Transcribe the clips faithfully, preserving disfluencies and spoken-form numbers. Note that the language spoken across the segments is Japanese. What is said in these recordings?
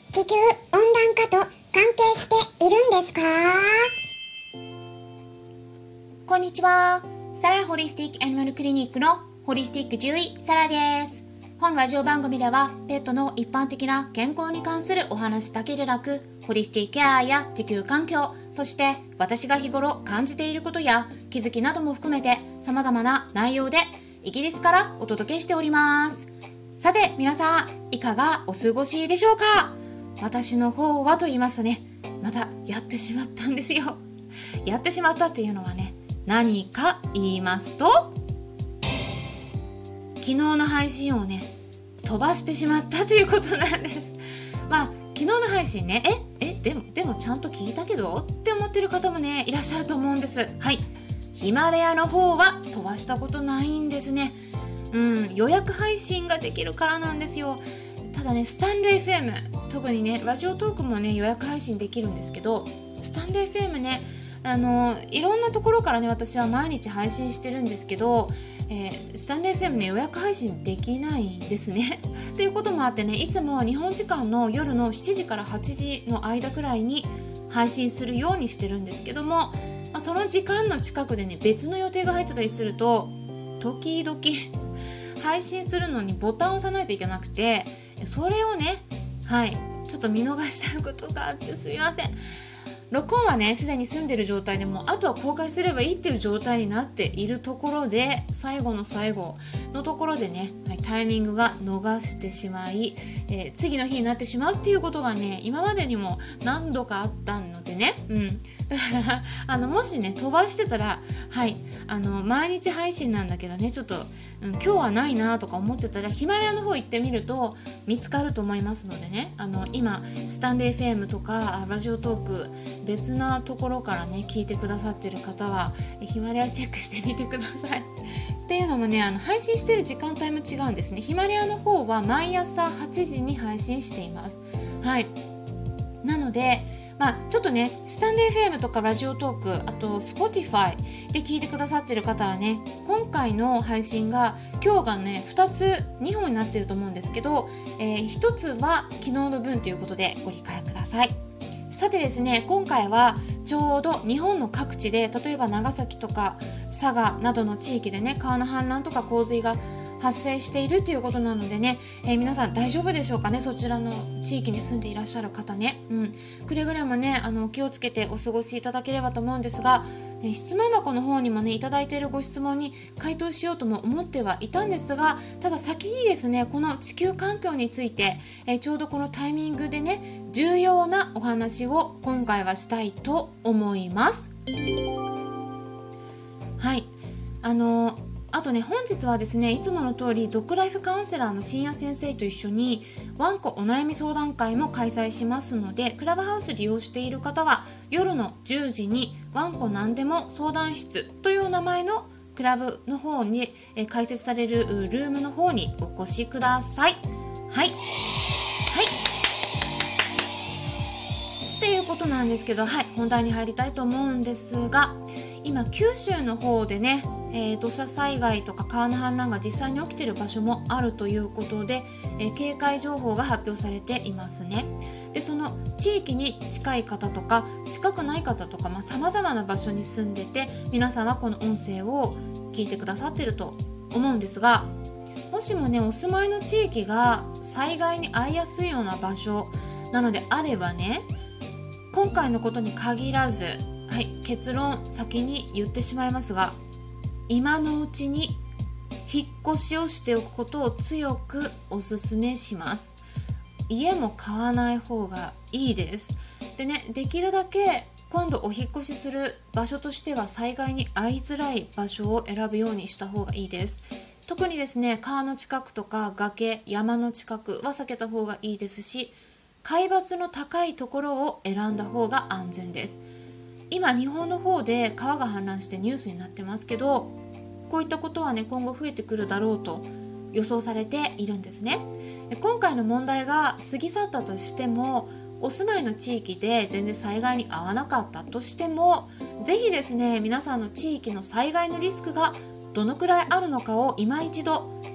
地球温暖化と関係しているんですか？ こんにちは。サラホリスティックアニマルクリニックのホリスティック獣医サラです。本ラジオ番組ではペットの一般的な健康に関するお話だけでなく、ホリスティックケアや地球環境、そして私が日頃感じていることや気づきなども含めて様々な内容でイギリスからお届けしております。さて皆さん、いかがお過ごしでしょうか？私の方はと言いますとね、またやってしまったんですよ。やってしまったっていうのはね、何か言いますと、昨日の配信をね、飛ばしてしまったということなんです。まあ、昨日の配信ね、え、え、でも、でもちゃんと聞いたけどって思ってる方もね、いらっしゃると思うんです。はい。ヒマラヤの方は飛ばしたことないんですね。うん、予約配信ができるからなんですよ。ただね、スタンド エフエム、特にね、ラジオトークもね、予約配信できるんですけど、スタンド エフエム ね、あのいろんなところからね、私は毎日配信してるんですけど、えー、スタンド エフエム ね、予約配信できないんですね。ということもあってね、いつも日本時間の夜のしちじからはちじの間くらいに配信するようにしてるんですけども、まあ、その時間の近くでね、別の予定が入ってたりすると、時々配信するのにボタンを押さないといけなくて、それをね、はいちょっと見逃しちゃうことがあってすみません。録音はね、すでに済んでる状態でもうあとは公開すればいいっていう状態になっているところで、最後の最後のところでね、はい、タイミングが逃してしまい、えー、次の日になってしまうっていうことがね、今までにも何度かあったのでね、うん、だからあのもしね飛ばしてたら、はいあの毎日配信なんだけどね、ちょっと、うん、今日はないなとか思ってたらヒマラヤの方行ってみると見つかると思いますのでね、あの今スタンレー エフエム とかラジオトーク別なところからね聞いてくださってる方はヒマラヤチェックしてみてください。っていうのもね、あの配信してる時間帯も違うんですね。ヒマラヤの方は毎朝はちじに配信しています。はい。なので、まあ、ちょっとね、スタンレー エフエム とかラジオトーク、あと Spotify で聞いてくださってる方はね、今回の配信が今日がねふたつにほんになってると思うんですけど、えー、ひとつは昨日の分ということでご理解ください。さてですね、今回はちょうど日本の各地で、例えば長崎とか佐賀などの地域でね、川の氾濫とか洪水が発生しているということなのでね、えー、皆さん大丈夫でしょうかね、そちらの地域に住んでいらっしゃる方ね、うん、くれぐれもね、あの気をつけてお過ごしいただければと思うんですが、えー、質問箱の方にもねいただいているご質問に回答しようとも思ってはいたんですが、ただ先にですね、この地球環境について、えー、ちょうどこのタイミングでね重要なお話を今回はしたいと思います。はい、あのーあとね、本日はですね、いつもの通りドッグライフカウンセラーの深夜先生と一緒にワンコお悩み相談会も開催しますので、クラブハウス利用している方は夜のじゅうじにワンコなんでも相談室という名前のクラブの方に、え開設されるルームの方にお越しください。はいはいということなんですけど、はい、本題に入りたいと思うんですが、今九州の方でね、えー、土砂災害とか川の氾濫が実際に起きている場所もあるということで、えー、警戒情報が発表されていますね。で、その地域に近い方とか近くない方とか、まあ、様々な場所に住んでて、皆さんはこの音声を聞いてくださっていると思うんですが、もしもねお住まいの地域が災害に遭いやすいような場所なのであればね、今回のことに限らず、はい、結論先に言ってしまいますが、今のうちに引っ越しをしておくことを強くお勧めします。家も買わない方がいいです。でね、できるだけ今度お引っ越しする場所としては災害に遭いづらい場所を選ぶようにした方がいいです。特にですね、川の近くとか崖、山の近くは避けた方がいいですし、海抜の高いところを選んだ方が安全です。今日本の方で川が氾濫してニュースになってますけど、こういったことはね今後増えてくるだろうと予想されているんですね。今回の問題が過ぎ去ったとしても、お住まいの地域で全然災害に遭わなかったとしても、ぜひですね皆さんの地域の災害のリスクがどのくらいあるのかを今一度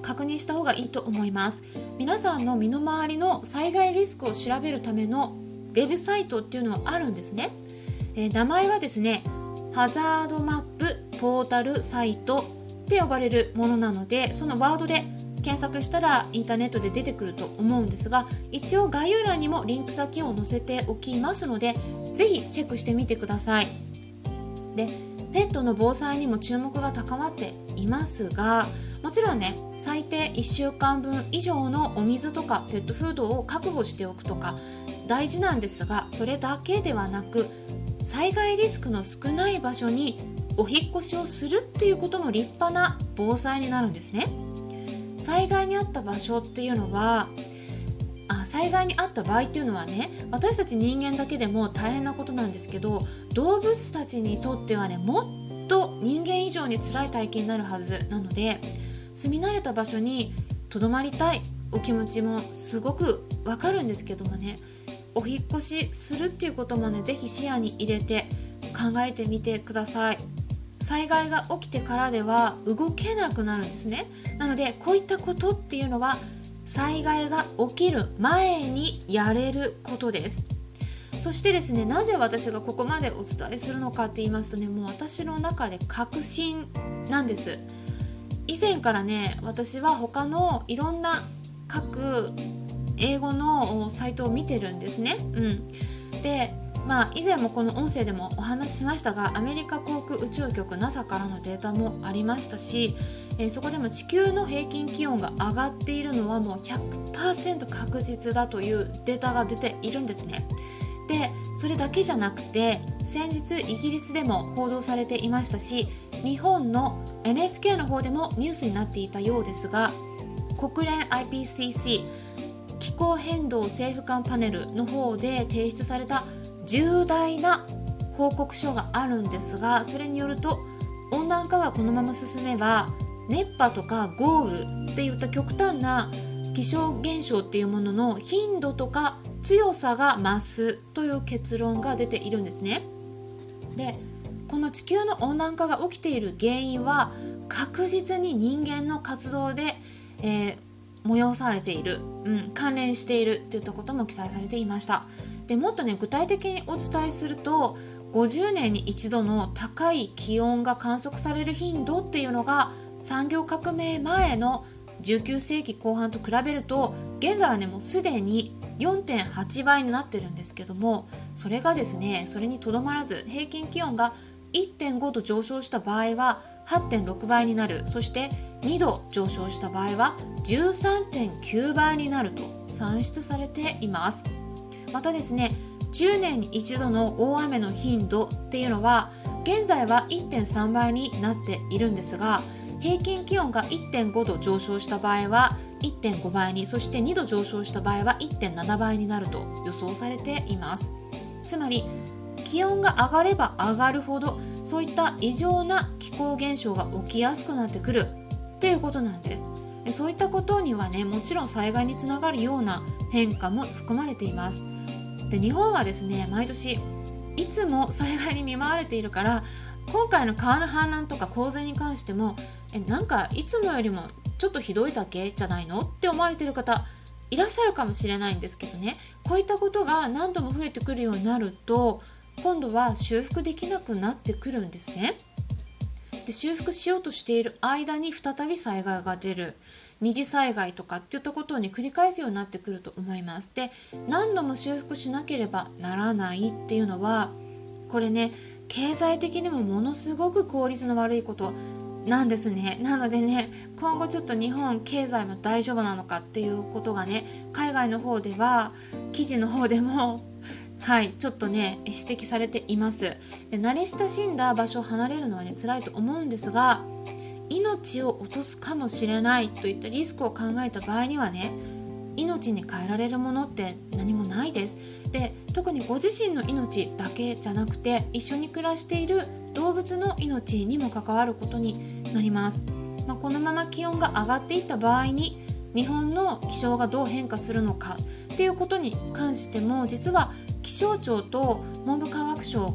確認した方がいいと思います。皆さんの身の回りの災害リスクを調べるためのウェブサイトっていうのはあるんですね。えー、名前はですね、ハザードマップポータルサイトって呼ばれるものなので、そのワードで検索したらインターネットで出てくると思うんですが、一応概要欄にもリンク先を載せておきますので、ぜひチェックしてみてください。で、ペットの防災にも注目が高まっていますが、もちろんね、最低いっしゅうかんぶん以上のお水とかペットフードを確保しておくとか大事なんですが、それだけではなく、災害リスクの少ない場所にお引っ越しをするっていうことも立派な防災になるんですね。災害にあった場所っていうのはあ災害にあった場合っていうのはね、私たち人間だけでも大変なことなんですけど、動物たちにとってはね、もっと人間以上に辛い体験になるはずなので、住み慣れた場所にとどまりたいお気持ちもすごくわかるんですけどもね、お引っ越しするっていうこともね、ぜひ視野に入れて考えてみてください。災害が起きてからでは動けなくなるんですね。なのでこういったことっていうのは災害が起きる前にやれることです。そしてですね、なぜ私がここまでお伝えするのかって言いますとね、もう私の中で確信なんです。以前からね、私は他のいろんな各英語のサイトを見てるんですね。うん、で、まあ、以前もこの音声でもお話ししましたが、アメリカ航空宇宙局 ナサ からのデータもありましたし、えー、そこでも地球の平均気温が上がっているのはもう ひゃくパーセント 確実だというデータが出ているんですね。で、それだけじゃなくて、先日イギリスでも報道されていましたし、日本の エヌエイチケー の方でもニュースになっていたようですが、国連 アイピーシーシー 気候変動政府間パネルの方で提出された重大な報告書があるんですが、それによると温暖化がこのまま進めば熱波とか豪雨っていった極端な気象現象っていうものの頻度とか強さが増すという結論が出ているんですね。で、この地球の温暖化が起きている原因は確実に人間の活動で、えー、催されている、うん、関連しているといったことも記載されていました。で、もっとね、具体的にお伝えすると、ごじゅうねんに一度の高い気温が観測される頻度っていうのが産業革命前のじゅうきゅうせいきこう半と比べると、現在はね、もうすでに よんてんはちばいになってるんですけども、それがですね、それにとどまらず平均気温が いってんごど上昇した場合は はってんろくばいになる。そしてにど上昇した場合は じゅうさんてんきゅうばいになると算出されています。またですね、じゅうねんに一度の大雨の頻度っていうのは現在は いってんさんばいになっているんですが、平均気温が いってんごど上昇した場合は いってんごばいに、そしてにど上昇した場合は いってんななばいになると予想されています。つまり気温が上がれば上がるほど、そういった異常な気候現象が起きやすくなってくるっていうことなんです。そういったことにはね、もちろん災害につながるような変化も含まれています。で、日本はですね、毎年いつも災害に見舞われているから、今回の川の氾濫とか洪水に関しても、えなんかいつもよりもちょっとひどいだけじゃないのって思われている方いらっしゃるかもしれないんですけどね、こういったことが何度も増えてくるようになると、今度は修復できなくなってくるんですね。で、修復しようとしている間に再び災害が出る、二次災害とかっていったことをね、繰り返すようになってくると思います。で、何度も修復しなければならないっていうのは、これね、経済的にもものすごく効率の悪いことなんですね。なのでね、今後ちょっと日本経済も大丈夫なのかっていうことがね、海外の方では記事の方でもはい、ちょっとね指摘されています。で、慣れ親しんだ場所を離れるのはね、辛いと思うんですが、命を落とすかもしれないといったリスクを考えた場合にはね、命に変えられるものって何もないです。で、特にご自身の命だけじゃなくて、一緒に暮らしている動物の命にも関わることになります。まあ、このまま気温が上がっていった場合に、日本の気象がどう変化するのかっていうことに関しても、実は気象庁と文部科学省が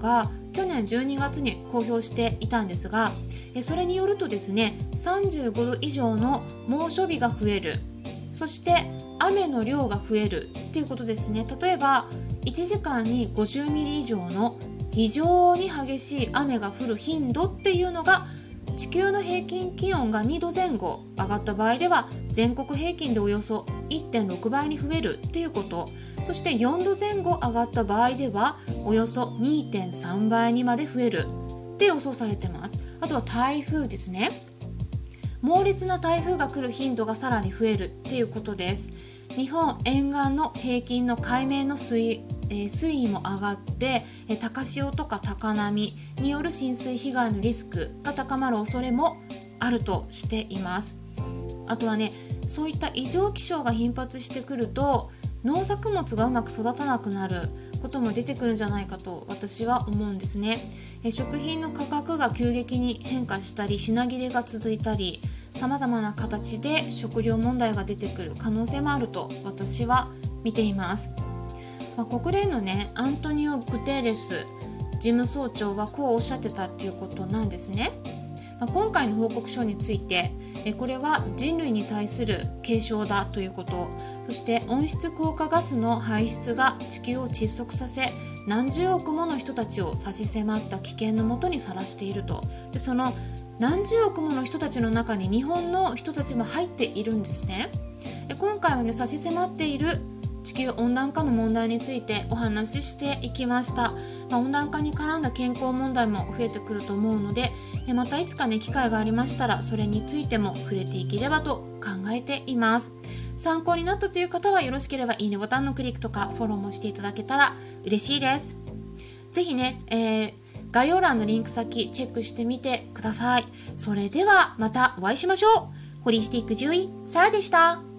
去年じゅうにがつに公表していたんですが、それによるとですね、さんじゅうごど以上の猛暑日が増える、そして雨の量が増えるっていうことですね。例えばいちじかんにごじゅうミリ以上の非常に激しい雨が降る頻度っていうのが、地球の平均気温がにどぜん後上がった場合では全国平均でおよそ いってんろくばいに増えるっていうこと、そしてよんどぜん後上がった場合ではおよそ にてんさんばいにまで増えるって予想されてます。あとは台風ですね。猛烈な台風が来る頻度がさらに増えるっていうことです。日本沿岸の平均の海面の水位、えー、水位も上がって、えー、高潮とか高波による浸水被害のリスクが高まる恐れもあるとしています。あとはね、そういった異常気象が頻発してくると農作物がうまく育たなくなることも出てくるんじゃないかと私は思うんですね。え食品の価格が急激に変化したり、品切れが続いたり、さまざまな形で食料問題が出てくる可能性もあると私は見ています。まあ、国連のね、アントニオ・グテーレス事務総長はこうおっしゃってたっていうことなんですね。まあ、今回の報告書について、えこれは人類に対する警鐘だということ、そして温室効果ガスの排出が地球を窒息させ、何十億もの人たちを差し迫った危険のもとにさらしていると。でその何十億もの人たちの中に日本の人たちも入っているんですね。で今回はね、差し迫っている地球温暖化の問題についてお話ししていきました。まあ、温暖化に絡んだ健康問題も増えてくると思うので、またいつかね、機会がありましたらそれについても触れていければと考えています。参考になったという方はよろしければいいねボタンのクリックとかフォローもしていただけたら嬉しいです。ぜひね、えー、概要欄のリンク先チェックしてみてください。それではまたお会いしましょう。ホリスティック獣医サラでした。